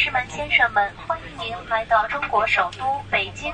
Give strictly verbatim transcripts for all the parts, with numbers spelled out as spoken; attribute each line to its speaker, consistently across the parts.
Speaker 1: 士们、先生们，欢迎您来到中国首都北京。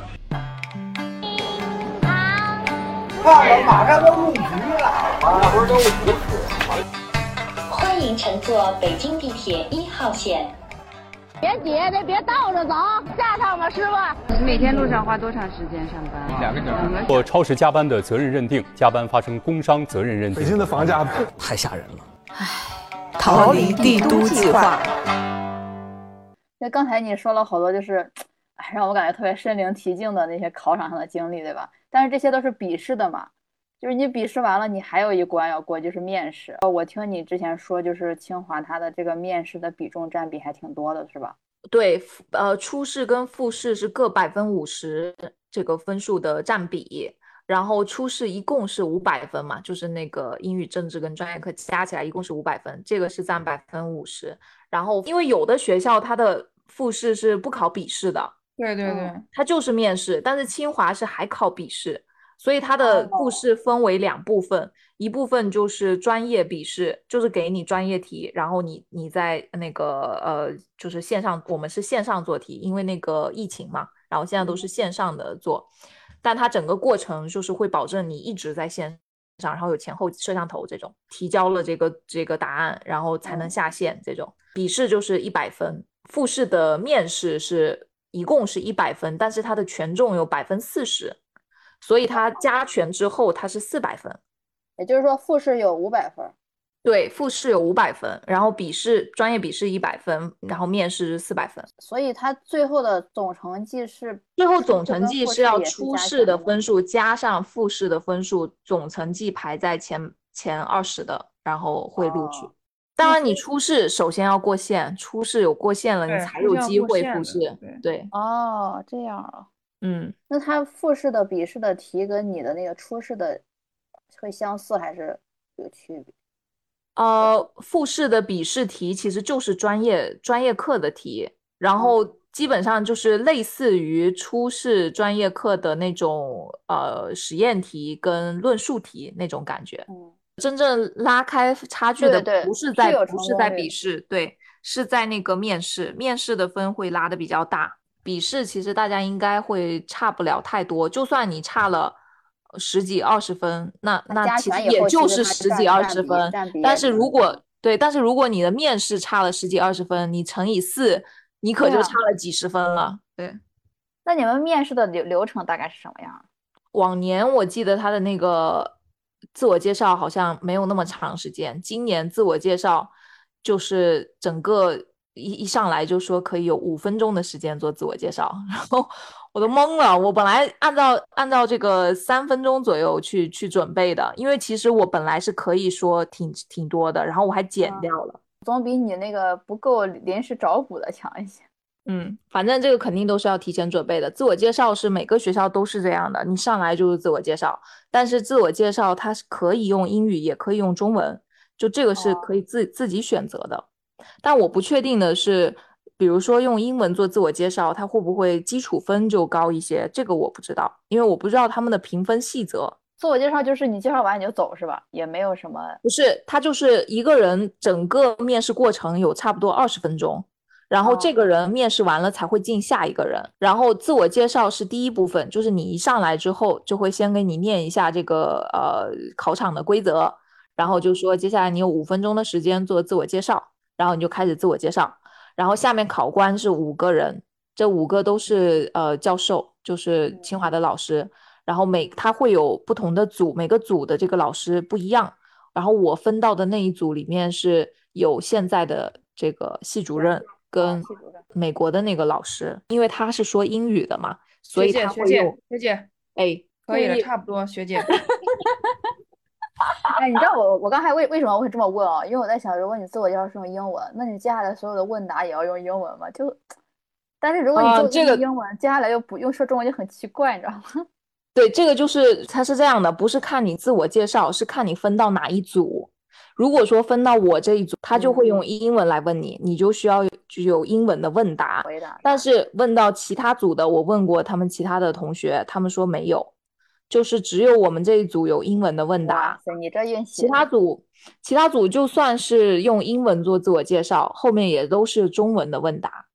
Speaker 2: 看了马上都入局了，马上都不吃。
Speaker 3: 欢迎乘坐北京地铁一号线。
Speaker 4: 别挤，别别倒着走，下趟吧，师傅。
Speaker 5: 每天路上花多长时间上班？
Speaker 6: 两个小时。
Speaker 7: 做超时加班的责任认定，加班发生工伤责任认定。
Speaker 8: 北京的房价
Speaker 9: 太吓人了。
Speaker 10: 唉，逃离帝都计划。
Speaker 11: 那刚才你说了好多，就是让我感觉特别身临其境的那些考场上的经历，对吧？但是这些都是笔试的嘛，就是你笔试完了，你还有一关要过，就是面试。我听你之前说，就是清华它的这个面试的比重占比还挺多的，是吧？
Speaker 12: 对，呃，初试跟复试是各百分五十这个分数的占比，然后初试一共是五百分嘛，就是那个英语、政治跟专业课加起来一共是五百分，这个是占百分五十。然后因为有的学校它的复试是不考笔试的。
Speaker 5: 对对对，
Speaker 12: 它就是面试，但是清华是还考笔试，所以它的复试分为两部分，一部分就是专业笔试，就是给你专业题，然后你你在那个呃就是线上，我们是线上做题，因为那个疫情嘛，然后现在都是线上的做，但它整个过程就是会保证你一直在线上，然后有前后摄像头这种，提交了这个这个答案，然后才能下线这种。笔试就是一百分，复试的面试是一共是一百分，但是它的权重有百分四十，所以它加权之后它是四百分。
Speaker 11: 也就是说复试有五百分。
Speaker 12: 对，复试有五百分，然后笔试专业笔试一百分，然后面试是四百分。
Speaker 11: 所以它最后的总成绩是
Speaker 12: 最后总成绩是要初试的分数加上复试的分数，总成绩排在前前二十的，然后会录取。哦，当然你初试首先要过线，初试有过线了你才有机会复试。对对。
Speaker 11: 哦，这样啊。
Speaker 12: 嗯，
Speaker 11: 那它复试的笔试的题跟你的那个初试的会相似还是有区别？
Speaker 12: 呃，复试的笔试题其实就是专业专业课的题，然后基本上就是类似于初试专业课的那种呃实验题跟论述题那种感觉。
Speaker 11: 嗯，
Speaker 12: 真正拉开差距的不是在
Speaker 11: 对对
Speaker 12: 不是在笔试，对，是在那个面试，面试的分会拉的比较大。笔试其实大家应该会差不了太多，就算你差了十几二十分，那那其实也就是十几二十分。但是如果对，但是如果你的面试差了十几二十分，你乘以四，你可就差了几十分了。对，对，
Speaker 11: 那你们面试的流流程大概是什么样？
Speaker 12: 往年我记得他的那个自我介绍好像没有那么长时间，今年自我介绍就是整个一一上来就说可以有五分钟的时间做自我介绍，然后我都懵了。我本来按照按照这个三分钟左右去去准备的，因为其实我本来是可以说挺挺多的，然后我还剪掉了，
Speaker 11: 啊，总比你那个不够临时找补的强一些。
Speaker 12: 嗯，反正这个肯定都是要提前准备的。自我介绍是每个学校都是这样的，你上来就是自我介绍，但是自我介绍它是可以用英语也可以用中文，就这个是可以自、哦、自己选择的。但我不确定的是，比如说用英文做自我介绍，它会不会基础分就高一些，这个我不知道，因为我不知道他们的评分细则。
Speaker 11: 自我介绍就是你介绍完你就走是吧？也没有什么。
Speaker 12: 不是，他就是一个人整个面试过程有差不多二十分钟，然后这个人面试完了才会进下一个人，然后自我介绍是第一部分，就是你一上来之后就会先给你念一下这个呃考场的规则，然后就说接下来你有五分钟的时间做自我介绍，然后你就开始自我介绍，然后下面考官是五个人，这五个都是呃教授，就是清华的老师，然后每他会有不同的组，每个组的这个老师不一样，然后我分到的那一组里面是有现在的这个系主任跟美国的那个老师，因为他是说英语的嘛，所以他会用
Speaker 5: 学姐学姐
Speaker 12: 哎
Speaker 5: 可以了，差不多学姐
Speaker 11: 哎，你知道我我刚才为为什么我会这么问啊？因为我在想，如果你自我介绍是用英文，那你接下来所有的问答也要用英文吗？就，但是如果你做的是英文，啊这个、接下来又不用说中文就很奇怪，你知道吗？
Speaker 12: 对，这个就是它是这样的，不是看你自我介绍，是看你分到哪一组。如果说分到我这一组，他就会用英文来问你，嗯、你就需要就有英文的问答。
Speaker 11: 回答。
Speaker 12: 但是问到其他组的，我问过他们其他的同学，他们说没有。就是只有我们这一组有英文的问答，
Speaker 11: 你这运气。
Speaker 12: 其他组，其他组就算是用英文做自我介绍，后面也都是中文的问答。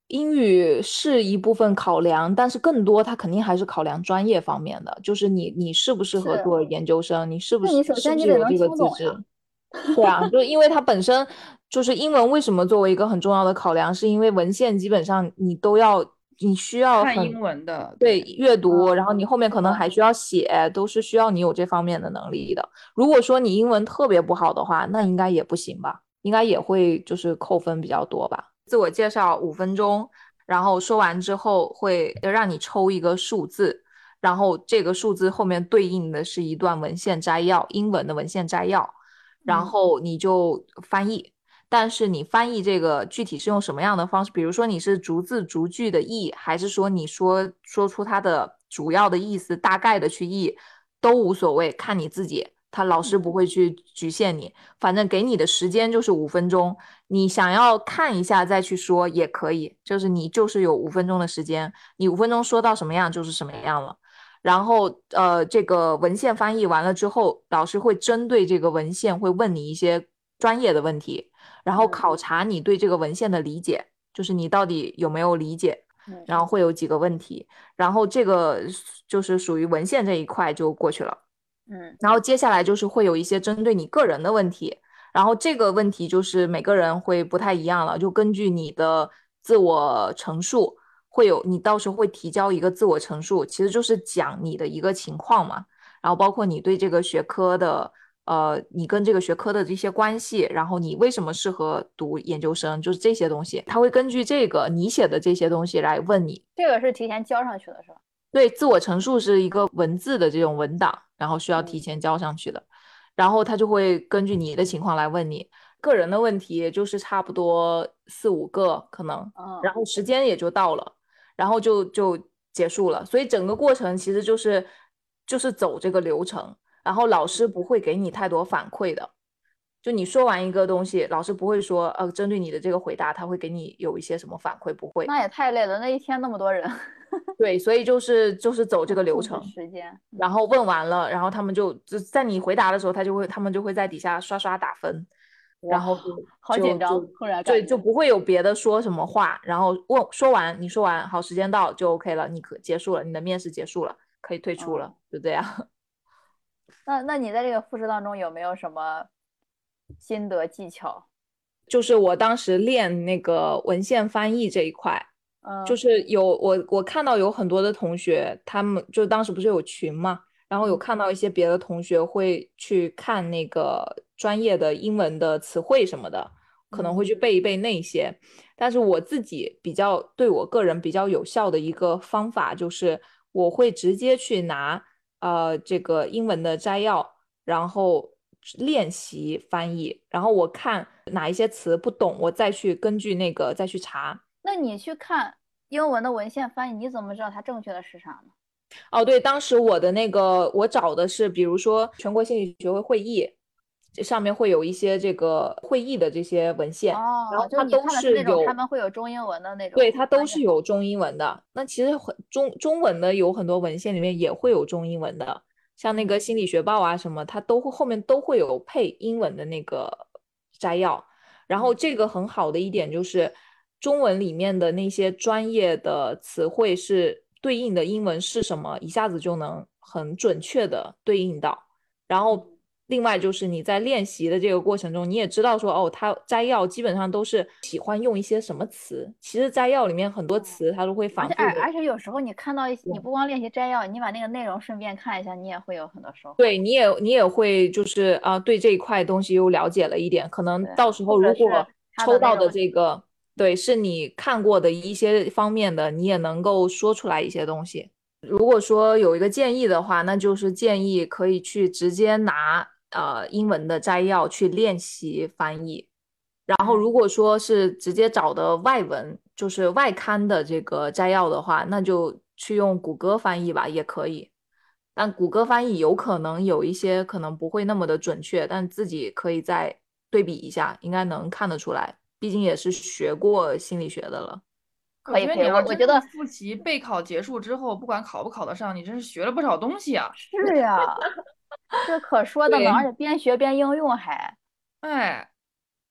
Speaker 12: 英语是一部分考量，但是更多它肯定还是考量专业方面的，就是你你适不适合
Speaker 11: 是，
Speaker 12: 做研究生，你是不
Speaker 11: 那
Speaker 12: 是
Speaker 11: 你首先你得
Speaker 12: 是不是有
Speaker 11: 能听懂
Speaker 12: 这个资质？
Speaker 11: 呀。
Speaker 12: 对啊，就因为它本身就是英文，为什么作为一个很重要的考量，是因为文献基本上你都要，你需要很
Speaker 5: 看英文的，
Speaker 12: 对阅读，然后
Speaker 11: 嗯，
Speaker 12: 你后面可能还需要写，都是需要你有这方面的能力的。如果说你英文特别不好的话，那应该也不行吧？应该也会就是扣分比较多吧？自我介绍五分钟，然后说完之后会让你抽一个数字，然后这个数字后面对应的是一段文献摘要，英文的文献摘要。然
Speaker 11: 嗯
Speaker 12: 后你就翻译。但是你翻译这个具体是用什么样的方式？比如说你是逐字逐句的译，还是说你说说出它的主要的意思，大概的去译，都无所谓，看你自己。他老师不会去局限你，反正给你的时间就是五分钟，你想要看一下再去说也可以，就是你就是有五分钟的时间，你五分钟说到什么样就是什么样了。然后呃，这个文献翻译完了之后，老师会针对这个文献会问你一些专业的问题，然后考察你对这个文献的理解，就是你到底有没有理解，然后会有几个问题，然后这个就是属于文献这一块就过去了。
Speaker 11: 嗯，
Speaker 12: 然后接下来就是会有一些针对你个人的问题，然后这个问题就是每个人会不太一样了，就根据你的自我陈述。会有你到时候会提交一个自我陈述，其实就是讲你的一个情况嘛，然后包括你对这个学科的呃，你跟这个学科的这些关系，然后你为什么适合读研究生，就是这些东西，他会根据这个你写的这些东西来问你。
Speaker 11: 这个是提前交上去的是吧？
Speaker 12: 对，自我陈述是一个文字的这种文档，然后需要提前交上去的，然后他就会根据你的情况来问你。个人的问题就是差不多四五个可能，然后时间也就到了。然后就就结束了，所以整个过程其实就是就是走这个流程，然后老师不会给你太多反馈的，就你说完一个东西，老师不会说呃针对你的这个回答，他会给你有一些什么反馈，不会。
Speaker 11: 那也太累了，那一天那么多人。
Speaker 12: 对，所以就是就是走这个流程，
Speaker 11: 时间，
Speaker 12: 然后问完了，然后他们就就在你回答的时候，他就会他们就会在底下刷刷打分。然后就
Speaker 11: 好紧张，突然
Speaker 12: 对，就不会有别的说什么话，然后问说完，你说完好，时间到就 OK 了，你可结束了，你的面试结束了，可以退出了，
Speaker 11: 嗯、
Speaker 12: 就这样。
Speaker 11: 那那你在这个复试当中有没有什么心得技巧？
Speaker 12: 就是我当时练那个文献翻译这一块，
Speaker 11: 嗯，
Speaker 12: 就是有我我看到有很多的同学，他们就当时不是有群嘛。然后有看到一些别的同学会去看那个专业的英文的词汇什么的，可能会去背一背那些。但是我自己比较对我个人比较有效的一个方法就是，我会直接去拿呃这个英文的摘要，然后练习翻译，然后我看哪一些词不懂，我再去根据那个再去查。
Speaker 11: 那你去看英文的文献翻译，你怎么知道它正确的是啥呢？
Speaker 12: 哦，对，当时我的那个我找的是，比如说全国心理学会会议，这上面会有一些这个会议的这些文献，
Speaker 11: 哦，
Speaker 12: 然后它都
Speaker 11: 是
Speaker 12: 有，
Speaker 11: 他们会有中英文的那种，
Speaker 12: 对，它都是有中英文的。那其实中中文的有很多文献里面也会有中英文的，像那个心理学报啊什么，它都会后面都会有配英文的那个摘要。然后这个很好的一点就是中文里面的那些专业的词汇是对应的英文是什么，一下子就能很准确的对应到。然后另外就是你在练习的这个过程中，你也知道说哦，它摘要基本上都是喜欢用一些什么词。其实摘要里面很多词它都会反复的。
Speaker 11: 而且而且有时候你看到一些，你不光练习摘要，你把那个内容顺便看一下，你也会有很多收获。
Speaker 12: 对，你也你也会就是啊、呃，对这一块东西又了解了一点。可能到时候如果抽到的这个。对，是你看过的一些方面的，你也能够说出来一些东西。如果说有一个建议的话，那就是建议可以去直接拿呃英文的摘要去练习翻译。然后如果说是直接找的外文，就是外刊的这个摘要的话，那就去用谷歌翻译吧，也可以。但谷歌翻译有可能有一些可能不会那么的准确，但自己可以再对比一下，应该能看得出来。毕竟也是学过心理学的了，
Speaker 11: 可以可以。
Speaker 5: 我
Speaker 11: 我觉得
Speaker 5: 复习备考结束之后，不管考不考得上，你真是学了不少东西啊！
Speaker 11: 是呀，这可说的呢，而且边学边应用还。
Speaker 5: 哎，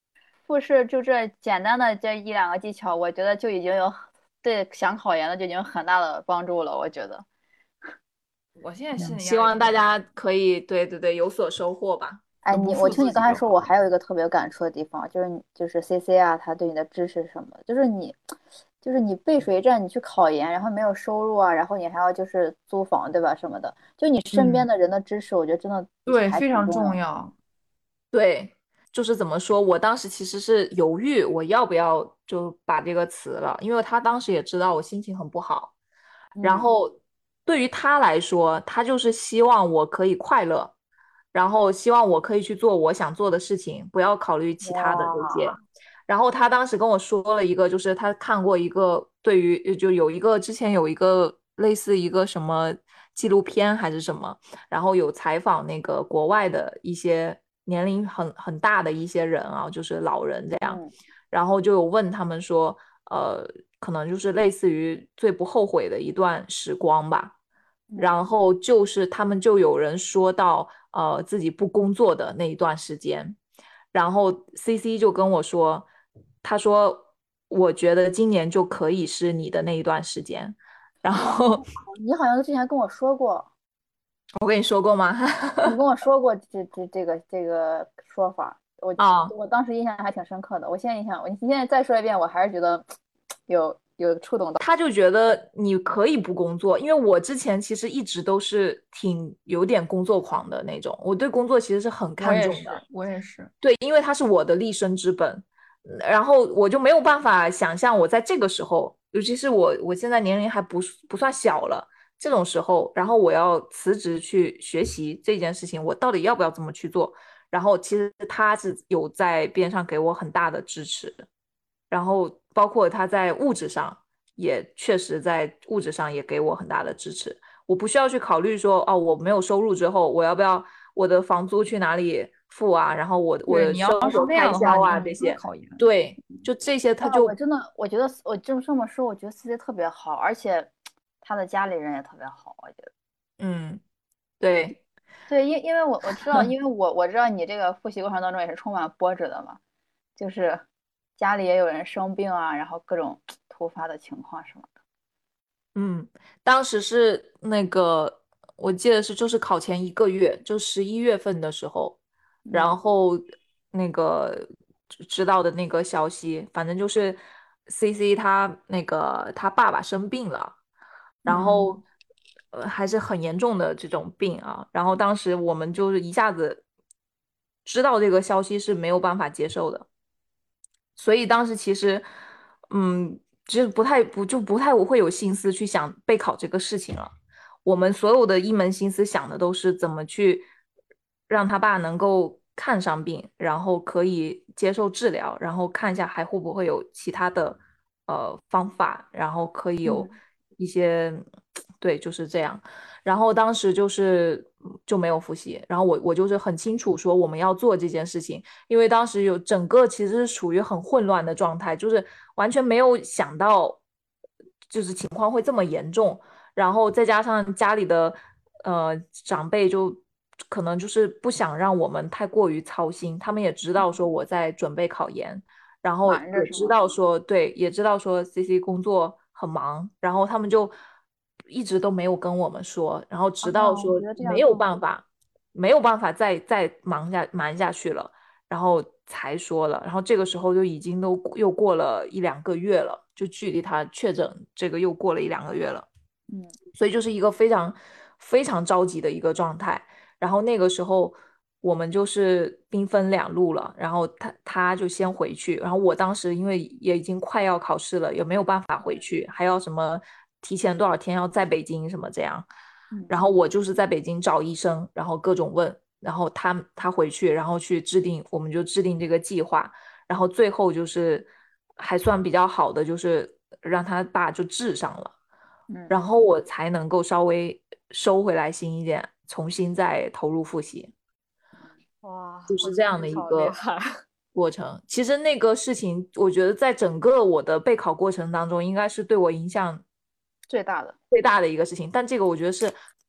Speaker 11: 复试就这简单的这一两个技巧，我觉得就已经有对想考研的就已经有很大的帮助了。我觉得，
Speaker 5: 我现在心里
Speaker 12: 希望大家可以对对对有所收获吧。
Speaker 11: 哎，你我听你刚才说，我还有一个特别有感触的地方，就是你就是 C C 啊，他对你的支持什么的，就是你，就是你背水一战，你去考研，然后没有收入啊，然后你还要就是租房，对吧？什么的，就你身边的人的支持，我觉得真的
Speaker 5: 对非常
Speaker 11: 重
Speaker 5: 重要。
Speaker 12: 对，就是怎么说，我当时其实是犹豫我要不要就把这个辞了，因为他当时也知道我心情很不好，然后对于他来说，他就是希望我可以快乐。然后希望我可以去做我想做的事情，不要考虑其他的这些。然后他当时跟我说了一个，就是他看过一个对于就有一个之前有一个类似一个什么纪录片还是什么，然后有采访那个国外的一些年龄很很大的一些人啊，就是老人这样，
Speaker 11: 嗯、
Speaker 12: 然后就有问他们说，呃，可能就是类似于最不后悔的一段时光吧。然后就是他们就有人说到呃自己不工作的那一段时间，然后 C C 就跟我说，他说我觉得今年就可以是你的那一段时间。然后
Speaker 11: 你好像之前跟我说过，
Speaker 12: 我跟你说过吗？
Speaker 11: 你跟我说过这这这个这个说法，我、
Speaker 12: 哦、
Speaker 11: 我当时印象还挺深刻的。我现在印象，我你现在再说一遍，我还是觉得有有触动到。
Speaker 12: 他就觉得你可以不工作，因为我之前其实一直都是挺有点工作狂的那种，我对工作其实是很看重的。
Speaker 5: 我也是，我也是。
Speaker 12: 对，因为它是我的立身之本，然后我就没有办法想象我在这个时候，尤其是我我现在年龄还不不算小了，这种时候，然后我要辞职去学习这件事情，我到底要不要这么去做？然后其实他是有在边上给我很大的支持，然后包括他在物质上也确实在物质上也给我很大的支持，我不需要去考虑说哦，我没有收入之后我要不要我的房租去哪里付啊，然后我我的生活开销啊这些，对，就这些他就、
Speaker 11: 啊、我真的我觉得我就这么说，我觉得 C C 特别好，而且他的家里人也特别好，我觉得。
Speaker 12: 嗯，对
Speaker 11: 对，因因为我我知道，因为我我知道你这个复习过程当中也是充满波折的嘛，就是家里也有人生病啊，然后各种突发的情况什么的。
Speaker 12: 嗯，当时是那个我记得是就是考前一个月，就十一月份的时候，然后那个知道的那个消息，反正就是 C C 他那个他爸爸生病了，然后、嗯、呃还是很严重的这种病啊，然后当时我们就是一下子知道这个消息是没有办法接受的，所以当时其实嗯其实不太不就不太我会有心思去想备考这个事情了，我们所有的一门心思想的都是怎么去让他爸能够看上病，然后可以接受治疗，然后看一下还会不会有其他的呃方法，然后可以有一些、嗯、对就是这样，然后当时就是就没有复习，然后我我就是很清楚说我们要做这件事情，因为当时有整个其实是属于很混乱的状态，就是完全没有想到就是情况会这么严重，然后再加上家里的呃长辈就可能就是不想让我们太过于操心，他们也知道说我在准备考研，然后也知道说对，也知道说 C C 工作很忙，然后他们就一直都没有跟我们说，然后直到说没有办法、哦、没有办法再再忙下瞒下去了，然后才说了，然后这个时候就已经都又过了一两个月了，就距离他确诊这个又过了一两个月了，
Speaker 11: 嗯，
Speaker 12: 所以就是一个非常非常着急的一个状态。然后那个时候我们就是兵分两路了，然后他他就先回去，然后我当时因为也已经快要考试了，也没有办法回去，还要什么提前多少天要在北京什么这样，然后我就是在北京找医生，然后各种问，然后他他回去，然后去制定，我们就制定这个计划，然后最后就是还算比较好的，就是让他爸就治上了，然后我才能够稍微收回来心一点，重新再投入复习。
Speaker 11: 哇，
Speaker 12: 就是这样的一个过程。其实那个事情我觉得在整个我的备考过程当中应该是对我影响
Speaker 11: 最大的
Speaker 12: 最大的一个事情，但这个我觉得是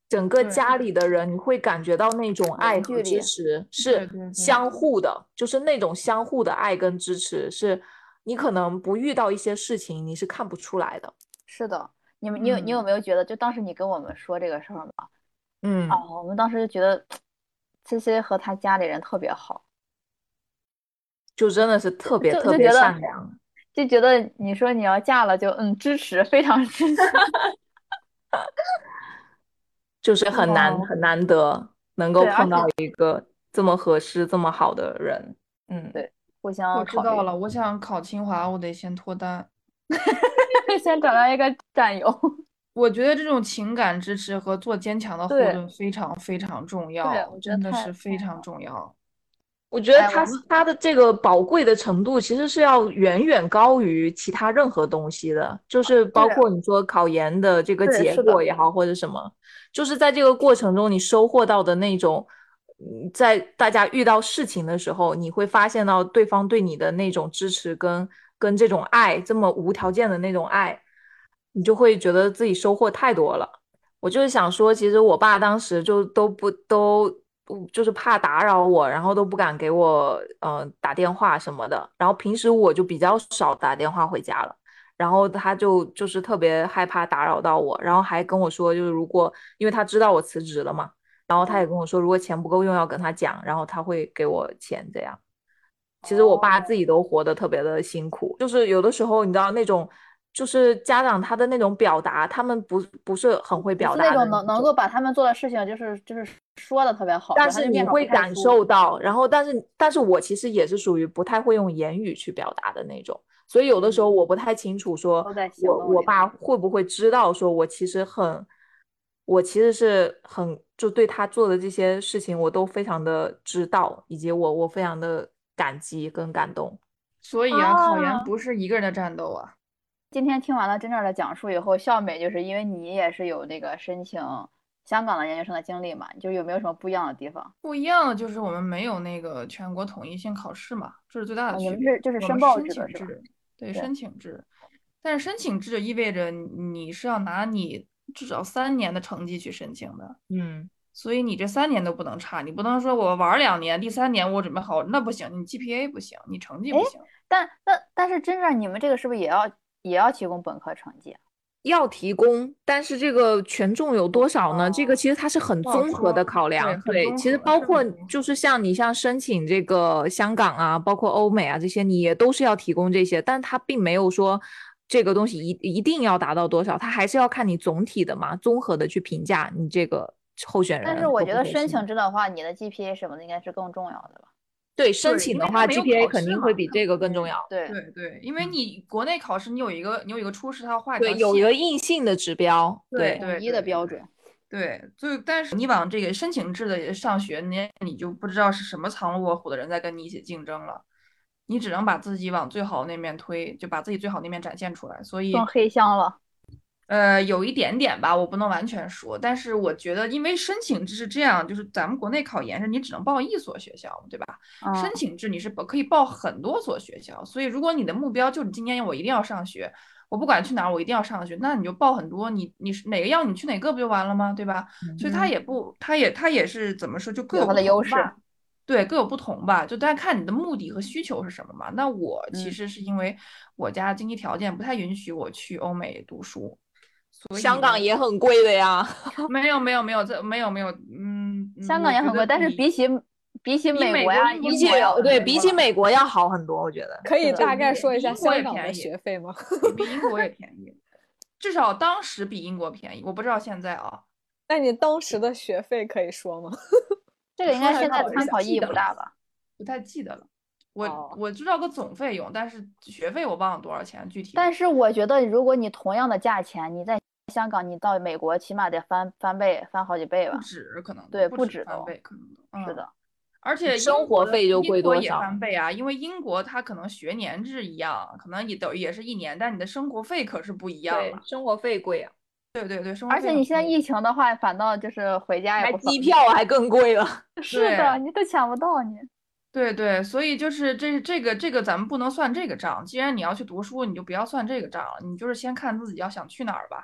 Speaker 12: 整个家里的人，你会感觉到那种爱和支持是相互的，就是那种相互的爱跟支持，是你可能不遇到一些事情，你是看不出来的。
Speaker 11: 是的，你们你有你有没有觉得，就当时你跟我们说这个事儿嘛，
Speaker 12: 嗯，
Speaker 11: 啊，我们当时就觉得 C C 和他家里人特别好，
Speaker 12: 就真的是特别特别善良，
Speaker 11: 就觉得你说你要嫁了就嗯支持，非常支持。
Speaker 12: 就是很难、哦、很难得能够碰到一个这么合适这么好的人。嗯，
Speaker 11: 对，互相
Speaker 5: 我知道了，我想考清华，我得先脱单。
Speaker 11: 先找到一个战友。
Speaker 5: 我觉得这种情感支持和做坚强的后盾非常非常重要，真的是非常重要。
Speaker 12: 我觉得他他的这个宝贵的程度其实是要远远高于其他任何东西的，就是包括你说考研的这个结果也好，或者什么，就是在这个过程中你收获到的那种，在大家遇到事情的时候，你会发现到对方对你的那种支持跟跟这种爱，这么无条件的那种爱，你就会觉得自己收获太多了。我就是想说，其实我爸当时就都不都。就是怕打扰我，然后都不敢给我呃打电话什么的，然后平时我就比较少打电话回家了，然后他就就是特别害怕打扰到我，然后还跟我说，就是如果因为他知道我辞职了嘛，然后他也跟我说，如果钱不够用要跟他讲，然后他会给我钱这样。其实我爸自己都活得特别的辛苦，就是有的时候你知道那种就是家长他的那种表达，他们不不是很会表达的
Speaker 11: 那种能能够把他们做的事情就是就是说的特别好，
Speaker 12: 但是你会感受到，然后但是但是我其实也是属于不太会用言语去表达的那种，所以有的时候我不太清楚说我我爸会不会知道说我其实很我其实是很就对他做的这些事情我都非常的知道，以及我我非常的感激跟感动。
Speaker 5: 所以啊，考研不是一个人的战斗啊。
Speaker 11: 今天听完了真正的讲述以后，笑美就是因为你也是有那个申请香港的研究生的经历嘛，就有没有什么不一样的地方？
Speaker 5: 不一样的就是我们没有那个全国统一性考试嘛，这是最大的区别。
Speaker 11: 你们是就是申报制的是吧？
Speaker 5: 对，申请制。但是申请制意味着你是要拿你至少三年的成绩去申请的。
Speaker 12: 嗯，
Speaker 5: 所以你这三年都不能差，你不能说我玩两年，第三年我准备好，那不行，你 G P A 不行，你成绩不行。
Speaker 11: 但但但是真正你们这个是不是也要也要提供本科成绩？
Speaker 12: 要提供，但是这个权重有多少呢？哦、这个其实它是很综合的考量。对，对其实包括就是像你像申请这个香港啊，包括欧美啊这些，你也都是要提供这些，但它并没有说这个东西一一定要达到多少，它还是要看你总体的嘛，综合的去评价你这个候选人。
Speaker 11: 但是我觉得申请制的话，你的 G P A 什么的应该是更重要的吧？
Speaker 12: 对，申请的话 G P A 肯定会比这个更重要。
Speaker 11: 对
Speaker 5: 对对，因为你国内考试你有一个你有一个初试，它要画一条
Speaker 12: 线，对，有一个硬性的指标，
Speaker 5: 对
Speaker 11: 统一的标准。
Speaker 5: 对，就但是你往这个申请制的上学，你你就不知道是什么藏龙卧虎的人在跟你一起竞争了，你只能把自己往最好那面推，就把自己最好那面展现出来。所以
Speaker 11: 更黑箱了。
Speaker 5: 呃，有一点点吧，我不能完全说，但是我觉得，因为申请制是这样，就是咱们国内考研是你只能报一所学校，对吧？
Speaker 11: 嗯、
Speaker 5: 申请制你是可以报很多所学校，所以如果你的目标就是今年我一定要上学，我不管去哪儿我一定要上学，那你就报很多，你你是哪个要你去哪个不就完了吗？对吧？
Speaker 11: 嗯、
Speaker 5: 所以它也不，它也它也是怎么说，就各有
Speaker 11: 它的优势。
Speaker 5: 对，各有不同吧，就大家看你的目的和需求是什么嘛。那我其实是因为我家经济条件不太允许我去欧美读书。
Speaker 12: 香港也很贵的呀。
Speaker 5: 没有没有没有这没有没有嗯，
Speaker 11: 香港也很贵，但是比起比起美国呀，
Speaker 12: 比起对比起美国要好很多，我觉得。
Speaker 6: 可以大概说一下香港的学费吗？
Speaker 5: 比英国也便宜，至少当时比英国便宜，我不知道现在啊。
Speaker 6: 那你当时的学费可以说吗？
Speaker 11: 这个应该现在参考意义不大吧？
Speaker 5: 不太记得了。我、哦、我知道个总费用，但是学费我忘了多少钱具体。
Speaker 11: 但是我觉得，如果你同样的价钱，你在香港，你到美国起码得翻翻倍，翻好几倍吧？
Speaker 5: 不止可能。
Speaker 11: 对，
Speaker 5: 不
Speaker 11: 止
Speaker 5: 翻倍可能、嗯。
Speaker 11: 是的，
Speaker 5: 而且
Speaker 12: 生活费就贵多少？
Speaker 5: 英国也翻倍啊，因为英国它可能学年制一样，可能也等于也是一年，但你的生活费可是不一样了。
Speaker 12: 对，生活费贵啊。
Speaker 5: 对对对，生活费。
Speaker 11: 而且你现在疫情的话，反倒就是回家也不
Speaker 12: 机票还更贵了。
Speaker 11: 是的，你都抢不到你。
Speaker 5: 对对，所以就是这这个这个咱们不能算这个账。既然你要去读书，你就不要算这个账了，你就是先看自己要想去哪儿吧。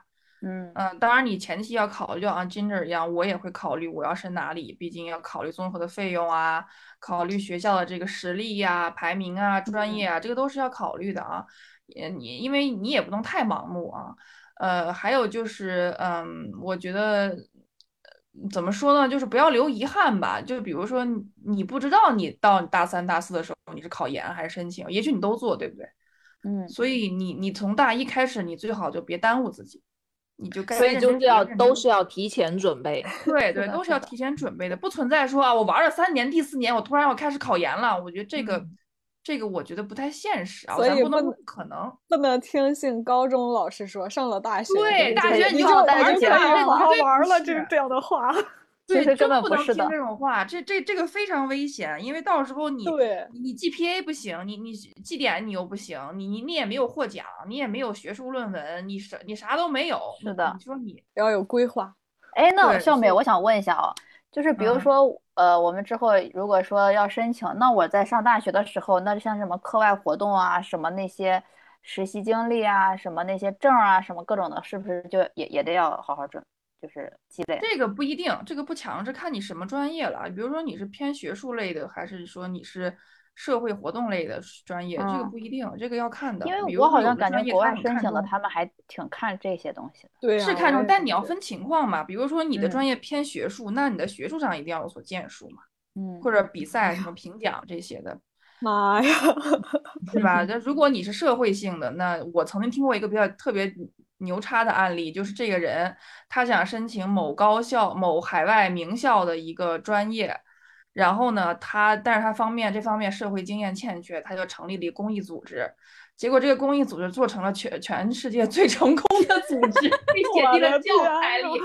Speaker 11: 嗯
Speaker 5: 嗯、呃，当然你前期要考虑，就像 Ginger 一样，我也会考虑我要升哪里，毕竟要考虑综合的费用啊，考虑学校的这个实力呀、排名啊、专业啊，这个都是要考虑的啊。也你因为你也不能太盲目啊。呃，还有就是，嗯，我觉得呃怎么说呢，就是不要留遗憾吧。就比如说你，你不知道你到你大三、大四的时候你是考研还是申请，也许你都做，对不对？
Speaker 11: 嗯，
Speaker 5: 所以你你从大一开始，你最好就别耽误自己，你就该
Speaker 12: 所以
Speaker 5: 认
Speaker 12: 就是要
Speaker 5: 真学认真
Speaker 12: 都是要提前准备。
Speaker 5: 对对，
Speaker 11: 是的是的
Speaker 5: 都是要提前准备的，不存在说啊，我玩了三年，第四年我突然要开始考研了。我觉得这个、
Speaker 6: 嗯
Speaker 5: 这个我觉得不太现实啊，
Speaker 6: 所以不能
Speaker 5: 咱不能说不可能。
Speaker 6: 不能听信高中老师说，上了大学
Speaker 5: 对，
Speaker 6: 就
Speaker 5: 大学
Speaker 6: 你就
Speaker 5: 你好好玩
Speaker 6: 你就可以
Speaker 5: 去了，
Speaker 6: 好好
Speaker 5: 绝对不
Speaker 6: 玩了，这
Speaker 5: 是
Speaker 6: 这样的话。
Speaker 5: 对，
Speaker 11: 其实根
Speaker 5: 真
Speaker 11: 本不是的
Speaker 5: 不能听这种话，这这这个非常危险，因为到时候你
Speaker 6: 对
Speaker 5: 你你 G P A 不行，你你绩点你又不行，你你你也没有获奖，你也没有学术论文，你啥你啥都没有，
Speaker 11: 是的
Speaker 5: 你说你
Speaker 6: 要有规划。
Speaker 11: 哎，那
Speaker 5: 对
Speaker 11: 笑美，
Speaker 5: 所以
Speaker 11: 我想问一下啊，就是比如
Speaker 5: 嗯
Speaker 11: 说，呃，我们之后如果说要申请，那我在上大学的时候，那像什么课外活动啊，什么那些实习经历啊，什么那些证啊，什么各种的，是不是就也也得要好好准，就是积累？
Speaker 5: 这个不一定，这个不强制，看你什么专业了。比如说你是偏学术类的，还是说你是社会活动类的专业，这个
Speaker 11: 嗯，
Speaker 5: 不一定，这个要看的。
Speaker 11: 因为
Speaker 5: 比如说有
Speaker 11: 我好像
Speaker 5: 的专业他
Speaker 11: 感觉国外
Speaker 5: 很看重，
Speaker 11: 申请的，他们还挺看这些东西的。
Speaker 6: 对呀、
Speaker 5: 是看重，
Speaker 6: 我也是觉得
Speaker 5: 但你要分情况嘛。比如说你的
Speaker 11: 嗯
Speaker 5: 专业偏学术，那你的学术上一定要有所建树嘛，
Speaker 11: 嗯
Speaker 5: 或者比赛什么评奖这些的。
Speaker 6: 妈呀，
Speaker 5: 对吧？那如果你是社会性的，那我曾经听过一个比较特别牛叉的案例，就是这个人他想申请某高校、某海外名校的一个专业，然后呢，他但是他方面这方面社会经验欠缺，他就成立了一个公益组织，结果这个公益组织做成了全全世界最成功的组织，被写进了教材里。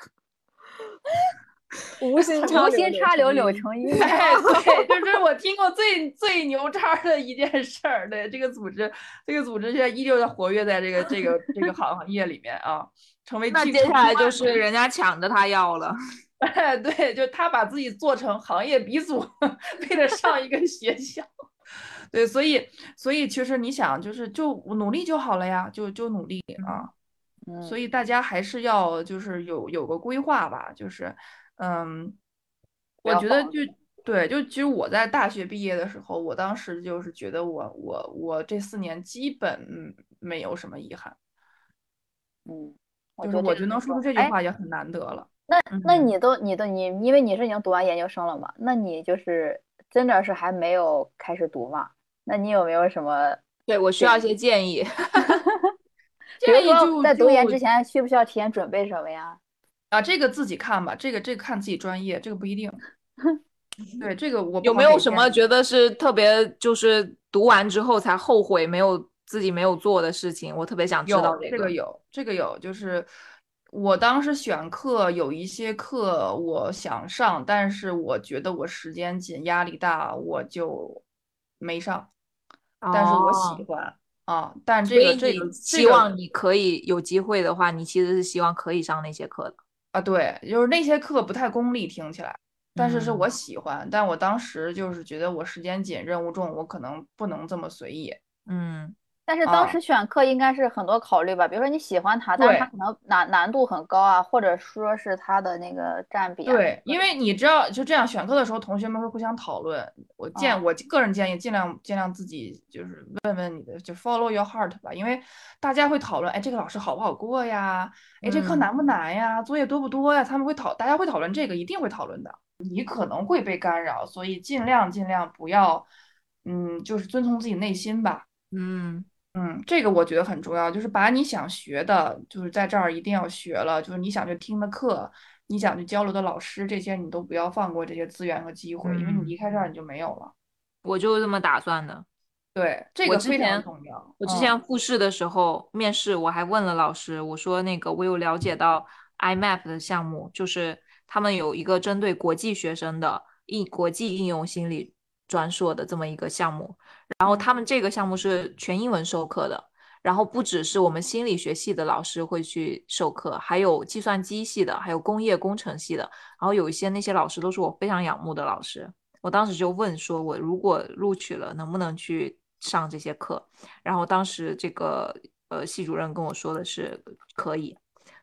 Speaker 6: 无心插柳
Speaker 11: 无心插柳柳成荫。
Speaker 5: 哎，对，就这是我听过最最牛叉的一件事儿。对，这个组织，这个组织现在依旧在活跃在这个这个这个行业里面啊，成为
Speaker 12: 那
Speaker 5: 最
Speaker 12: 接下来就
Speaker 5: 成
Speaker 12: 是人家抢着他要了。
Speaker 5: 哎，对，就他把自己做成行业鼻祖，为了上一个学校。对，所以所以其实你想，就是就努力就好了呀，就就努力啊。
Speaker 11: 嗯，
Speaker 5: 所以大家还是要就是有有个规划吧，就是嗯，我觉得就对，就其实我在大学毕业的时候，我当时就是觉得我我我这四年基本没有什么遗憾，
Speaker 11: 嗯，
Speaker 5: 就是我觉得能说出这句
Speaker 11: 哎
Speaker 5: 话也很难得了。
Speaker 11: 那那
Speaker 5: 嗯
Speaker 11: 你都你都你，因为你是已经读完研究生了嘛，那你就是真的是还没有开始读嘛？那你有没有什么？
Speaker 12: 对，我需要一些建议。
Speaker 11: 比如
Speaker 5: 建议就
Speaker 11: 说在读研
Speaker 5: 就
Speaker 11: 之前，需不需要提前准备什么呀？
Speaker 5: 啊，这个自己看吧，这个这个看自己专业，这个不一定。对，这个我不
Speaker 12: 有
Speaker 5: 好给
Speaker 12: 没有什么
Speaker 5: 建议
Speaker 12: 觉得是特别就是读完之后才后悔没有自己没有做的事情？我特别想知道
Speaker 5: 有
Speaker 12: 这个。
Speaker 5: 个有，这个有，就是我当时选课有一些课我想上，但是我觉得我时间紧，压力大，我就没上。但是我喜
Speaker 12: 哦，
Speaker 5: 欢啊，但这
Speaker 12: 所以
Speaker 5: 个这个
Speaker 12: 你
Speaker 5: 这个
Speaker 12: 希望你可以有机会的话，你其实是希望可以上那些课的。
Speaker 5: 啊，对，就是那些课不太功利，听起来，但是是我
Speaker 12: 嗯
Speaker 5: 喜欢，但我当时就是觉得我时间紧，任务重，我可能不能这么随意。
Speaker 12: 嗯，
Speaker 11: 但是当
Speaker 5: 啊
Speaker 11: 时选课应该是很多考虑吧，比如说你喜欢它，但是它
Speaker 5: 对
Speaker 11: 可能难难度很高啊，或者说是它的那个占比啊。
Speaker 5: 对，因为你知道，就这样选课的时候，同学们会互相讨论。我建、
Speaker 11: 哦
Speaker 5: 我个人建议，尽量尽量自己就是问问你的，就 follow your heart 吧，因为大家会讨论，哎，这个老师好不好过呀？哎，这课
Speaker 12: 嗯
Speaker 5: 难不难呀？作业多不多呀？他们会讨，大家会讨论这个，一定会讨论的。你可能会被干扰，所以尽量尽量不要，嗯，就是遵从自己内心吧。
Speaker 12: 嗯，
Speaker 5: 嗯，这个我觉得很重要，就是把你想学的，就是在这儿一定要学了，就是你想去听的课，你想去交流的老师，这些你都不要放过这些资源和机会，因为你
Speaker 12: 嗯
Speaker 5: 离开这儿你就没有了。
Speaker 12: 我就这么打算的。
Speaker 5: 对，这
Speaker 12: 我之
Speaker 5: 个非常
Speaker 12: 前
Speaker 5: 重要。
Speaker 12: 我之
Speaker 5: 嗯
Speaker 12: 前复试的时候，面试我还问了老师，我说那个我有了解到 I M A P 的项目，就是他们有一个针对国际学生的应国际应用心理专硕的这么一个项目，然后他们这个项目是全英文授课的，然后不只是我们心理学系的老师会去授课，还有计算机系的，还有工业工程系的，然后有一些那些老师都是我非常仰慕的老师。我当时就问说，我如果录取了，能不能去上这些课？然后当时这个呃系主任跟我说的是可以，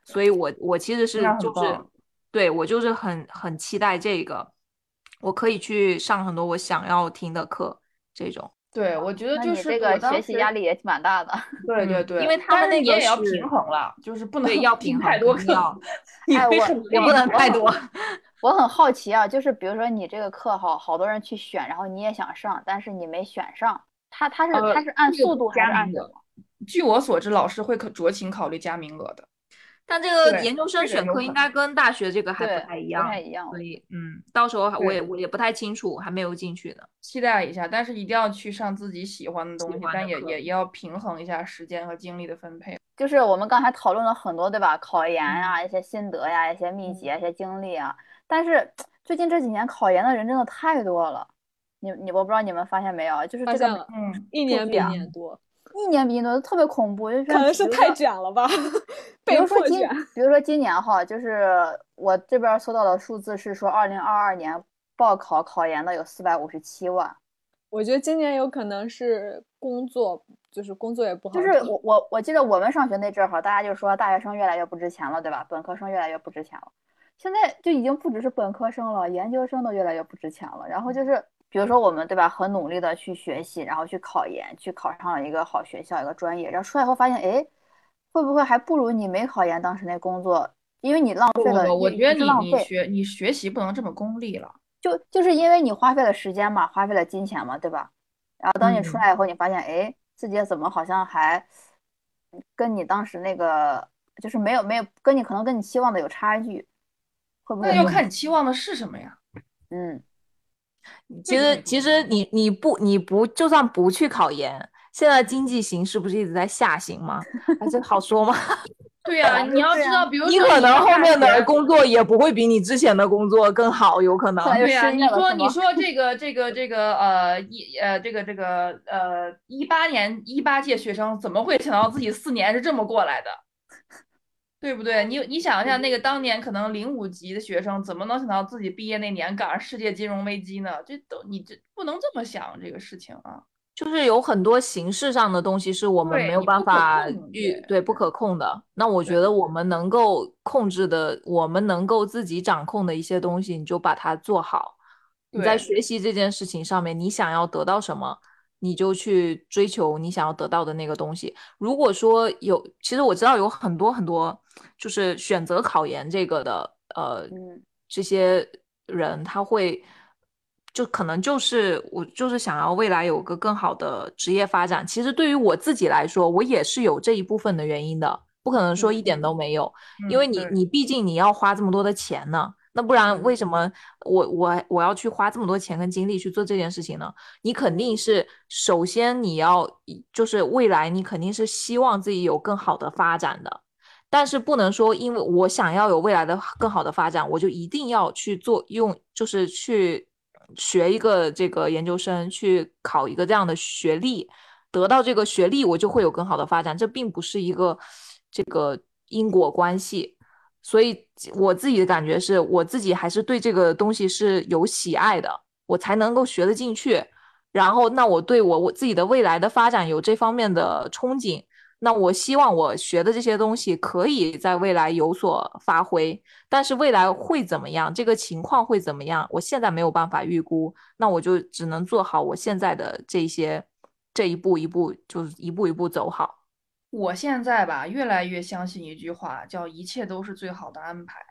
Speaker 12: 所以我我其实是
Speaker 5: 那很
Speaker 12: 就是
Speaker 5: 棒
Speaker 12: 对我就是很很期待这个，我可以去上很多我想要听的课，这种。
Speaker 5: 对，我觉得就是
Speaker 11: 那你这个
Speaker 5: 我当时
Speaker 11: 学习压力也蛮大的。
Speaker 12: 嗯，
Speaker 5: 对对对，
Speaker 12: 因为他们
Speaker 5: 但是
Speaker 12: 那个
Speaker 5: 你也要
Speaker 12: 是
Speaker 5: 平衡了，就是不能
Speaker 12: 对要
Speaker 5: 听
Speaker 12: 平衡
Speaker 5: 太多课
Speaker 12: 肯定要，
Speaker 5: 你
Speaker 11: 哎，我
Speaker 5: 会很累
Speaker 12: 也不能太多。
Speaker 11: 我很好奇啊，就是比如说你这个课好好多人去选，然后你也想上，但是你没选上，他他是
Speaker 5: 呃
Speaker 11: 他是按
Speaker 5: 这个
Speaker 11: 速度还
Speaker 5: 加名额
Speaker 11: 是按什么？
Speaker 5: 据我所知，老师会可酌情考虑加名额的。
Speaker 12: 但这个
Speaker 5: 对
Speaker 12: 研究生
Speaker 5: 这个
Speaker 12: 选课应该
Speaker 5: 有可能
Speaker 12: 跟大学这个还
Speaker 11: 对，
Speaker 12: 不太一
Speaker 11: 不太
Speaker 12: 样，
Speaker 11: 一样。
Speaker 12: 所以嗯，到时候我
Speaker 5: 对
Speaker 12: 也我也不太清楚，还没有进去呢。
Speaker 5: 期待一下，但是一定要去上自己喜欢的东西，但也
Speaker 12: 喜欢的课
Speaker 5: 也也要平衡一下时间和精力的分配。
Speaker 11: 就是我们刚才讨论了很多，对吧？考研
Speaker 5: 嗯
Speaker 11: 啊，一些心得呀，一些秘籍啊，一些经历啊。但是最近这几年考研的人真的太多了，你你我不知道你们发现没有，就是这个
Speaker 6: 发现了，
Speaker 5: 嗯，
Speaker 6: 一年比一
Speaker 11: 数据啊，
Speaker 6: 年多，
Speaker 11: 一年比一年多，特别恐怖。就
Speaker 6: 可能是太
Speaker 11: 比如说
Speaker 6: 卷了吧，
Speaker 11: 比
Speaker 6: 被
Speaker 11: 如说今
Speaker 6: 迫卷。
Speaker 11: 比如说今年哈，就是我这边搜到的数字是说，二零二二年报考考研的有四百五十七万。
Speaker 6: 我觉得今年有可能是工作，就是工作也不好找。
Speaker 11: 就是我我我记得我们上学那阵儿哈，大家就说大学生越来越不值钱了，对吧？本科生越来越不值钱了。现在就已经不只是本科生了，研究生都越来越不值钱了。然后就是比如说我们对吧，很努力的去学习，然后去考研，去考上了一个好学校，一个专业，然后出来以后发现，哎，会不会还不如你没考研当时那工作？因为你浪费了，
Speaker 5: 不不不，我
Speaker 11: 也
Speaker 5: 觉得你
Speaker 11: 不是浪费，
Speaker 5: 你学你学习不能这么功利了。
Speaker 11: 就就是因为你花费了时间嘛，花费了金钱嘛，对吧？然后等你出
Speaker 5: 嗯
Speaker 11: 来以后，你发现，哎，自己怎么好像还跟你当时那个，就是没有没有跟你可能跟你期望的有差距，会不会
Speaker 5: 那要
Speaker 11: 有这种？
Speaker 5: 看你期望的是什么呀。
Speaker 11: 嗯，
Speaker 12: 其实其实你你不你不就算不去考研，现在经济形势不是一直在下行吗？哎，这好说吗？
Speaker 5: 对呀、你要知道，比如说
Speaker 12: 你可能
Speaker 5: 上大
Speaker 12: 后面的
Speaker 5: 学
Speaker 12: 工作也不会比你之前的工作更好，有可能。
Speaker 11: 后来就
Speaker 5: 对呀、
Speaker 11: 失
Speaker 5: 你说你
Speaker 11: 业了是吗？
Speaker 5: 说这个这个这个呃一呃这个这个呃一八年一八届学生怎么会想到自己四年是这么过来的？对不对？你你想一下，那个当年可能零五级的学生怎么能想到自己毕业那年赶上世界金融危机呢？这都你这不能这么想这个事情啊。
Speaker 12: 就是有很多形式上的东西是我们没有
Speaker 5: 对你不可
Speaker 12: 办法
Speaker 5: 控
Speaker 12: 预，
Speaker 5: 的
Speaker 12: 对，不可控的。那我觉
Speaker 5: 对
Speaker 12: 得我们能够控制的，我们能够自己掌控的一些东西，你就把它做好。你在
Speaker 5: 对
Speaker 12: 学习这件事情上面，你想要得到什么，你就去追求你想要得到的那个东西。如果说有，其实我知道有很多很多，就是选择考研这个的，呃，
Speaker 11: 嗯
Speaker 12: 这些人他会。就可能就是我就是想要未来有个更好的职业发展。其实对于我自己来说，我也是有这一部分的原因的，不可能说一点都没有，因为
Speaker 5: 嗯，对
Speaker 12: 你你毕竟你要花这么多的钱呢，那不然为什么我我我要去花这么多钱跟精力去做这件事情呢？你肯定是首先你要就是未来你肯定是希望自己有更好的发展的。但是不能说，因为我想要有未来的更好的发展，我就一定要去做用，就是去学一个这个研究生，去考一个这样的学历，得到这个学历，我就会有更好的发展。这并不是一个这个因果关系，所以我自己的感觉是我自己还是对这个东西是有喜爱的，我才能够学得进去。然后，那我对我我自己的未来的发展有这方面的憧憬。那我希望我学的这些东西可以在未来有所发挥，但是未来会怎么样，这个情况会怎么样，我现在没有办法预估，那我就只能做好我现在的这些，这一步一步就是一步一步走好。
Speaker 5: 我现在吧，越来越相信一句话，叫“一切都是最好的安排”。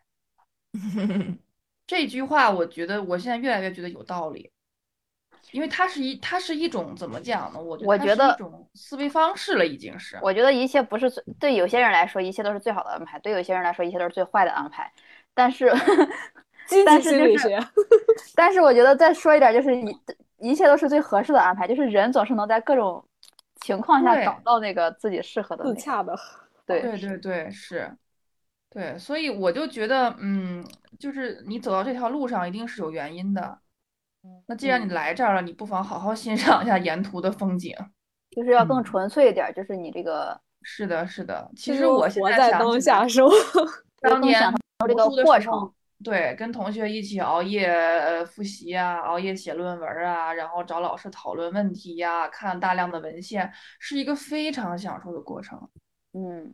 Speaker 5: 这句话，我觉得我现在越来越觉得有道理，因为它是一，它是一种怎么讲呢？我觉得它是一
Speaker 11: 我觉得
Speaker 5: 种思维方式了，已经是。
Speaker 11: 我觉得一切不是最，对有些人来说，一切都是最好的安排；对有些人来说，一切都是最坏的安排。但是，
Speaker 6: 积
Speaker 11: 但
Speaker 6: 极
Speaker 11: 是就是
Speaker 6: 心理学。
Speaker 11: 但是我觉得再说一点，就是一一切都是最合适的安排，就是人总是能在各种情况下
Speaker 5: 对
Speaker 11: 找到那个自己适合的那个。
Speaker 6: 自洽的。
Speaker 11: 对
Speaker 5: 对对对，是，对，所以我就觉得，嗯，就是你走到这条路上一定是有原因的。那既然你
Speaker 11: 嗯，
Speaker 5: 来这儿了，你不妨好好欣赏一下沿途的风景。
Speaker 11: 就是要更
Speaker 12: 嗯
Speaker 11: 纯粹一点，就是你这个
Speaker 5: 是的，是的。其
Speaker 6: 就是
Speaker 5: 实我现
Speaker 6: 活在当
Speaker 5: 在想起来
Speaker 6: 下生活。
Speaker 5: 当年
Speaker 11: 这个
Speaker 5: 读书的
Speaker 11: 过程。
Speaker 5: 时候，对，跟同学一起熬夜呃复习啊，熬夜写论文啊，然后找老师讨论问题呀，看大量的文献，是一个非常享受的过程。
Speaker 11: 嗯，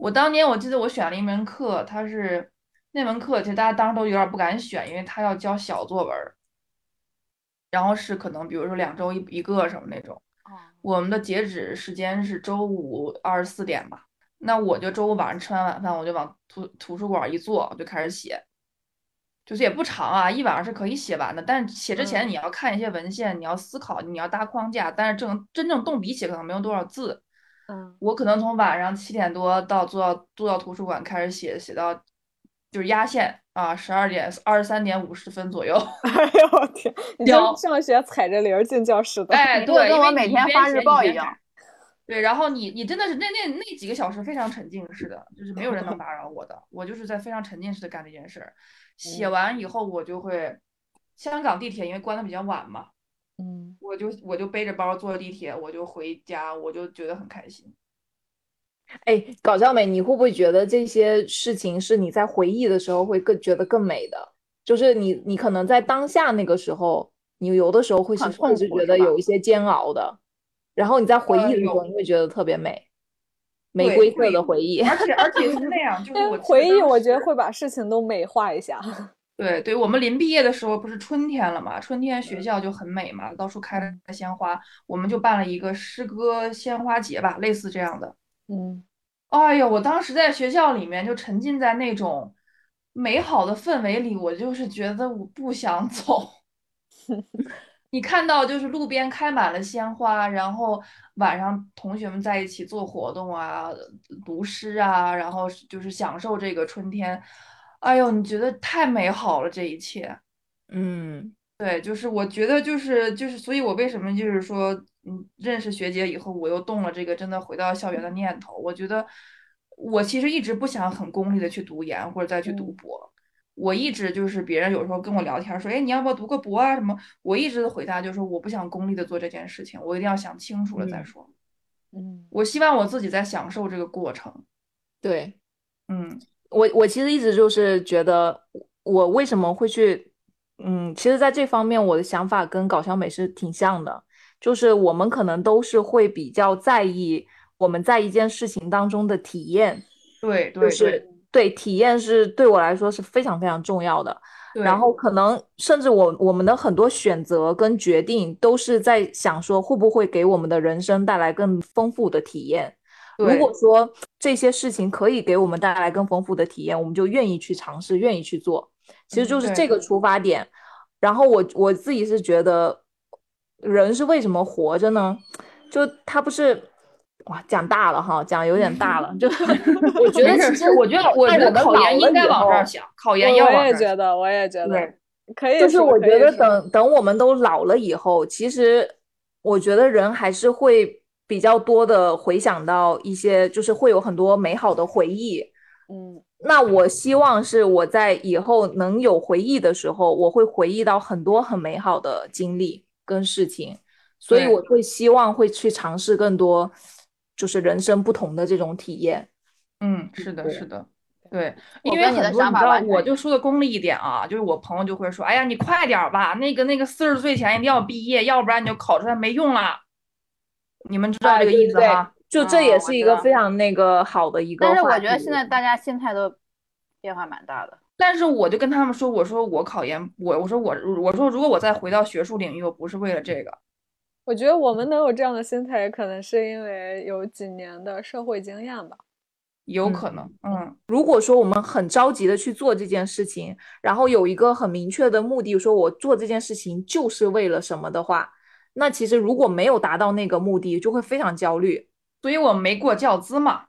Speaker 5: 我当年我记得我选了一门课，它是那门课，其实大家当时都有点不敢选，因为他要交小作文，然后是可能比如说两周一一个什么那种。我们的截止时间是周五二十四点吧，那我就周五晚上吃完晚饭，我就往图图书馆一坐，我就开始写。就是也不长啊，一晚上是可以写完的。但是写之前你要看一些文献，你要思考，你要搭框架。但是正真正动笔写可能没有多少字。
Speaker 6: 嗯，
Speaker 5: 我可能从晚上七点多到坐到坐到图书馆开始写，写到就是压线啊，十二点二十三点五十分左右。
Speaker 6: 哎呦我天！你就上学踩着铃儿进教室的。
Speaker 5: 哎，对，
Speaker 11: 跟我每天发日报一样。
Speaker 5: 对，然后你你真的是那那那几个小时非常沉浸式的，就是没有人能打扰我的，我就是在非常沉浸式的干这件事儿。写完以后我就会，香港地铁因为关的比较晚嘛，
Speaker 6: 嗯，
Speaker 5: 我就我就背着包坐地铁，我就回家，我就觉得很开心。
Speaker 12: 哎，搞笑美，你会不会觉得这些事情是你在回忆的时候会更觉得更美的？就是你你可能在当下那个时候，你有的时候会是会是觉得有一些煎熬的。然后你在回忆的时候，你会觉得特别美，玫瑰色的回忆。
Speaker 5: 而且而且是那样，就是我
Speaker 6: 回忆，我觉得会把事情都美化一下。
Speaker 5: 对对，我们临毕业的时候不是春天了嘛，春天学校就很美嘛，到处开了鲜花，我们就办了一个诗歌鲜花节吧，类似这样的。
Speaker 6: 嗯，
Speaker 5: 哎呦，我当时在学校里面就沉浸在那种美好的氛围里，我就是觉得我不想走。你看到就是路边开满了鲜花，然后晚上同学们在一起做活动啊，读诗啊，然后就是享受这个春天。哎呦，你觉得太美好了，这一切。
Speaker 12: 嗯，
Speaker 5: 对，就是我觉得就是就是，所以我为什么就是说，嗯，认识学姐以后，我又动了这个真的回到校园的念头。我觉得我其实一直不想很功利的去读研或者再去读博。我一直就是别人有时候跟我聊天说，哎，你要不要读个博啊什么？我一直的回答就是我不想功利的做这件事情，我一定要想清楚了再说。
Speaker 6: 嗯，
Speaker 5: 我希望我自己在享受这个过程。
Speaker 12: 对，
Speaker 5: 嗯，
Speaker 12: 我我其实一直就是觉得我为什么会去，嗯，其实在这方面我的想法跟搞笑美是挺像的，就是我们可能都是会比较在意我们在一件事情当中的体验。
Speaker 5: 对对对。
Speaker 12: 就是对，体验是对我来说是非常非常重要的。然后可能甚至我我们的很多选择跟决定都是在想说会不会给我们的人生带来更丰富的体验。如果说这些事情可以给我们带来更丰富的体验，我们就愿意去尝试，愿意去做。其实就是这个出发点。然后我我自己是觉得人是为什么活着呢？就他不是。哇，讲大了哈，讲有点大了。就我觉得，其实
Speaker 5: 我觉得，我觉得考研应该往这儿想，考研要往这儿。
Speaker 6: 我也觉得，我也觉得，可以。
Speaker 12: 就是我觉得等等我们都老了以后，其实我觉得人还是会比较多的回想到一些，就是会有很多美好的回忆。
Speaker 6: 嗯，
Speaker 12: 那我希望是我在以后能有回忆的时候，我会回忆到很多很美好的经历跟事情，所以我会希望会去尝试更多。就是人生不同的这种体验。
Speaker 5: 嗯，是的，是的，对，因为很多你知道，我就说的功利一点啊，就是我朋友就会说，哎呀，你快点吧，那个那个四十岁前一定要毕业，要不然你就考出来没用了。你们知道这个意思吗？
Speaker 12: 啊、就这也是一个非常那个好的一个。
Speaker 11: 但是我觉得现在大家心态都变化蛮大的。
Speaker 5: 但是我就跟他们说，我说我考研，我我说我我说如果我再回到学术领域，我不是为了这个。
Speaker 6: 我觉得我们能有这样的心态，可能是因为有几年的社会经验吧，
Speaker 5: 有可能。嗯，
Speaker 12: 如果说我们很着急的去做这件事情，然后有一个很明确的目的，说我做这件事情就是为了什么的话，那其实如果没有达到那个目的，就会非常焦虑。
Speaker 5: 所以我没过教资嘛。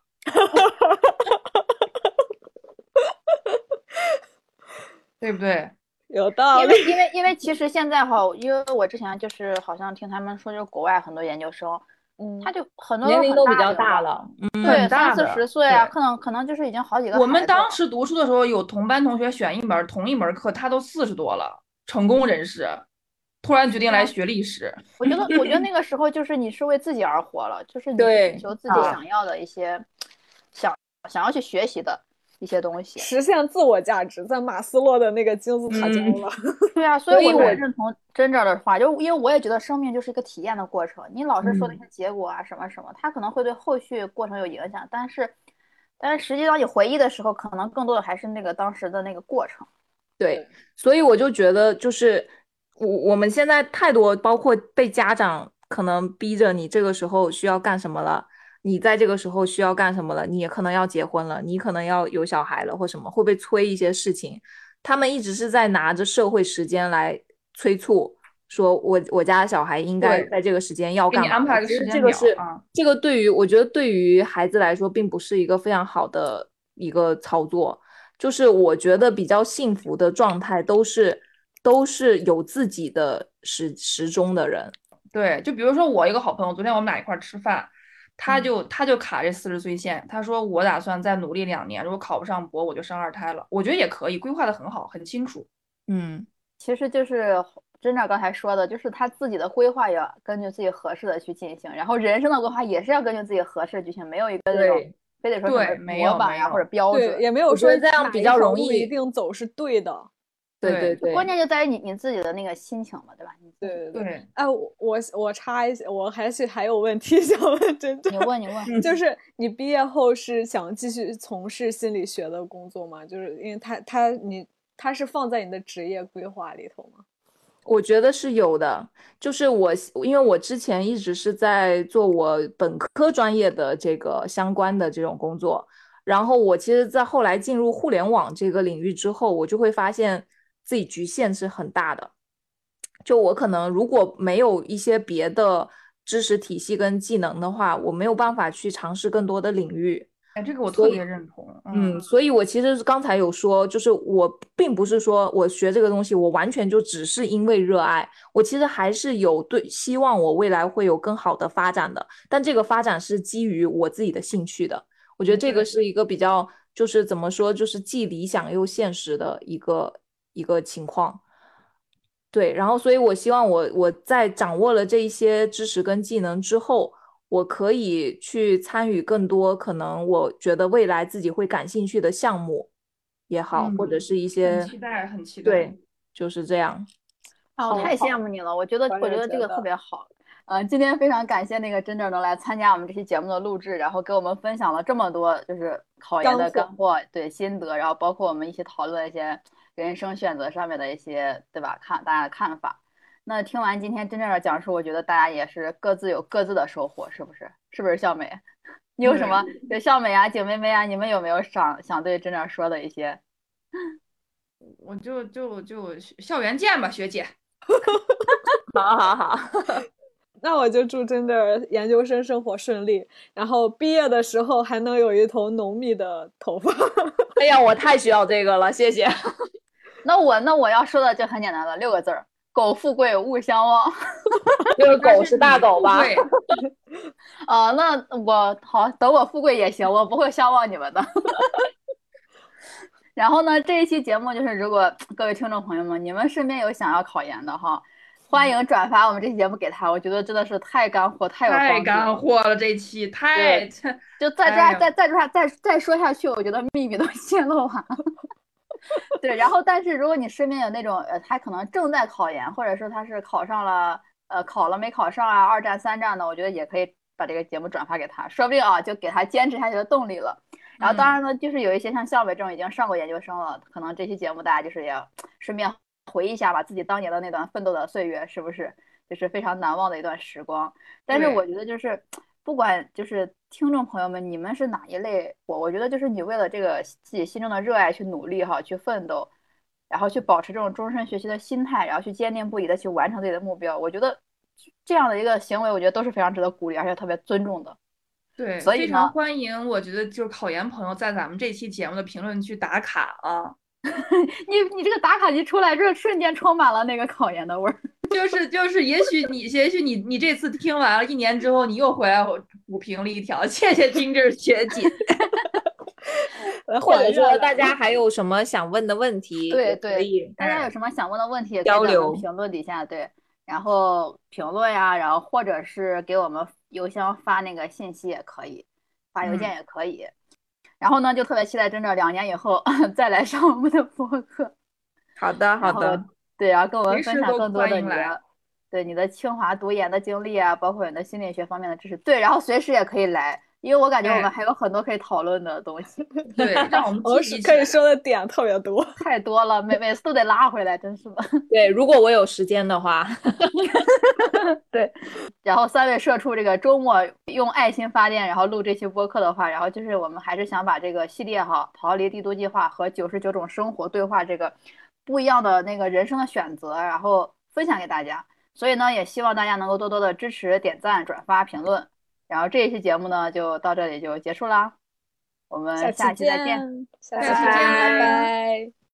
Speaker 5: 对不对？
Speaker 6: 有道理，
Speaker 11: 因为因为因为其实现在哈，因为我之前就是好像听他们说，就是国外很多研究生，嗯，他就很多
Speaker 12: 年龄都比较大了，
Speaker 11: 嗯，对，三四十岁啊，可能可能就是已经好几个。
Speaker 5: 我们当时读书的时候，有同班同学选一门同一门课，他都四十多了，成功人士，突然决定来学历史。
Speaker 11: 我觉得，我觉得那个时候就是你是为自己而活了，就是你追求自己想要的一些想想要去学习的。一些东西
Speaker 6: 实现自我价值，在马斯洛的那个金字塔中了。
Speaker 11: 嗯、对啊，所以我认同真正的话，就因为我也觉得生命就是一个体验的过程。你老是说那些结果啊、嗯、什么什么，它可能会对后续过程有影响，但是， 但是实际上你回忆的时候，可能更多的还是那个当时的那个过程。
Speaker 12: 对，所以我就觉得就是我我们现在太多，包括被家长可能逼着你这个时候需要干什么了，你在这个时候需要干什么了，你也可能要结婚了，你可能要有小孩了或什么，会被催一些事情。他们一直是在拿着社会时间来催促，说我我家的小孩应该在这个时间要干嘛。
Speaker 5: 给你安排个
Speaker 12: 其实
Speaker 5: 时间表
Speaker 12: 这个是、
Speaker 5: 啊、
Speaker 12: 这个对于我觉得对于孩子来说，并不是一个非常好的一个操作。就是我觉得比较幸福的状态都是都是有自己的时时钟的人。
Speaker 5: 对，就比如说我一个好朋友，昨天我们俩一块儿吃饭，他就、嗯、他就卡这四十岁线，他说我打算再努力两年，如果考不上博，我就生二胎了。我觉得也可以，规划的很好，很清楚。
Speaker 12: 嗯，
Speaker 11: 其实就是真正刚才说的，就是他自己的规划要根据自己合适的去进行，然后人生的规划也是要根据自己合适的进行，没有一个那种非得说什么模板呀或者标准，
Speaker 6: 也没有说
Speaker 12: 这样比较容易
Speaker 6: 一定走是对的。
Speaker 12: 对对对，
Speaker 11: 关键就在于你你自己的那个心情嘛，对吧？
Speaker 6: 对
Speaker 5: 对对。
Speaker 6: 哎，我我我插一下，我还是还有问题想问真正。
Speaker 11: 你问你问，
Speaker 6: 就是你毕业后是想继续从事心理学的工作吗？就是因为他他你他是放在你的职业规划里头吗？
Speaker 12: 我觉得是有的，就是我因为我之前一直是在做我本科专业的这个相关的这种工作，然后我其实在后来进入互联网这个领域之后，我就会发现自己局限是很大的。就我可能如果没有一些别的知识体系跟技能的话，我没有办法去尝试更多的领域。
Speaker 5: 哎，这个我特别认同。
Speaker 12: 嗯，所以我其实刚才有说，就是我并不是说我学这个东西，我完全就只是因为热爱，我其实还是有对希望我未来会有更好的发展的，但这个发展是基于我自己的兴趣的。我觉得这个是一个比较，就是怎么说，就是既理想又现实的一个一个情况。对，然后所以我希望我我在掌握了这一些知识跟技能之后，我可以去参与更多可能我觉得未来自己会感兴趣的项目也好，
Speaker 5: 嗯、
Speaker 12: 或者是一些
Speaker 5: 很期待很期待。
Speaker 12: 对，就是这样。
Speaker 11: 啊，我太羡慕你了，我觉得我觉得这个特别好。呃，今天非常感谢那个真正能来参加我们这期节目的录制，然后给我们分享了这么多就是考研的干货，对心得，然后包括我们一起讨论一些人生选择上面的一些，对吧？看大家的看法。那听完今天真正的讲述，我觉得大家也是各自有各自的收获，是不是？是不是笑美？你有什么？有笑美啊，景妹妹啊，你们有没有想想对真正说的一些？
Speaker 5: 我就就就校园见吧，学姐。
Speaker 12: 好好好。
Speaker 6: 那我就祝真的研究生生活顺利，然后毕业的时候还能有一头浓密的头发。
Speaker 12: 哎呀，我太需要这个了，谢谢。
Speaker 11: 那我那我要说的就很简单了，六个字儿：苟富贵，勿相忘。
Speaker 12: 这个狗是大狗吧？
Speaker 11: 啊、呃，那我好，等我富贵也行，我不会相忘你们的。然后呢，这一期节目就是，如果各位听众朋友们，你们身边有想要考研的哈，欢迎转发我们这期节目给他，我觉得真的是太干货，太有帮助了，
Speaker 5: 太干货了，这期太
Speaker 11: 就再这样再再再再再说下去，我觉得秘密都泄露完了。对，然后但是如果你身边有那种呃，他可能正在考研，或者说他是考上了，呃，考了没考上啊，二战三战的，我觉得也可以把这个节目转发给他，说不定啊就给他坚持下去的动力了。然后当然呢，就是有一些像校美这种已经上过研究生了，可能这期节目大家就是也顺便回忆一下吧，自己当年的那段奋斗的岁月，是不是就是非常难忘的一段时光？但是我觉得就是不管就是听众朋友们你们是哪一类，我我觉得就是你为了这个自己心中的热爱去努力哈，去奋斗，然后去保持这种终身学习的心态，然后去坚定不移的去完成自己的目标，我觉得这样的一个行为，我觉得都是非常值得鼓励，而且特别尊重的。
Speaker 5: 对，
Speaker 11: 所以
Speaker 5: 非常欢迎。我觉得就是考研朋友在咱们这期节目的评论区打卡啊！
Speaker 11: 你你这个打卡一出来，这瞬间充满了那个考研的味儿。
Speaker 5: 就是就是，也许你也许你你这次听完了，一年之后你又回来补评了一条，谢谢金志学姐。
Speaker 12: 或者说大家还有什么想问的问题？
Speaker 11: 对对，大家有什么想问的问题，
Speaker 12: 交流
Speaker 11: 评论底下对。然后评论呀，然后或者是给我们邮箱发那个信息也可以，发邮件也可以。嗯、然后呢，就特别期待真正两年以后再来上我们的播客。
Speaker 12: 好的，好的。
Speaker 11: 对，然后跟我们分享更多的你的对你的清华读研的经历啊，包括你的心理学方面的知识。对，然后随时也可以来， 因为我感觉我们
Speaker 5: 哎
Speaker 11: 还有很多可以讨论的东西。
Speaker 5: 对，让我们
Speaker 6: 我
Speaker 5: 积极起来。
Speaker 6: 可以说的点特别多。
Speaker 11: 太多了，每每次都得拉回来，真是的。
Speaker 12: 对，如果我有时间的话，
Speaker 11: 对，然后三位社畜这个周末用爱心发电，然后录这期播客的话，然后就是我们还是想把这个系列哈，逃离帝都计划和九十九种生活对话这个不一样的那个人生的选择，然后分享给大家。所以呢，也希望大家能够多多的支持、点赞、转发、评论。然后这一期节目呢，就到这里就结束啦，我们下期再见，
Speaker 6: 下
Speaker 11: 拜
Speaker 6: 期见，
Speaker 11: 拜
Speaker 6: 拜拜。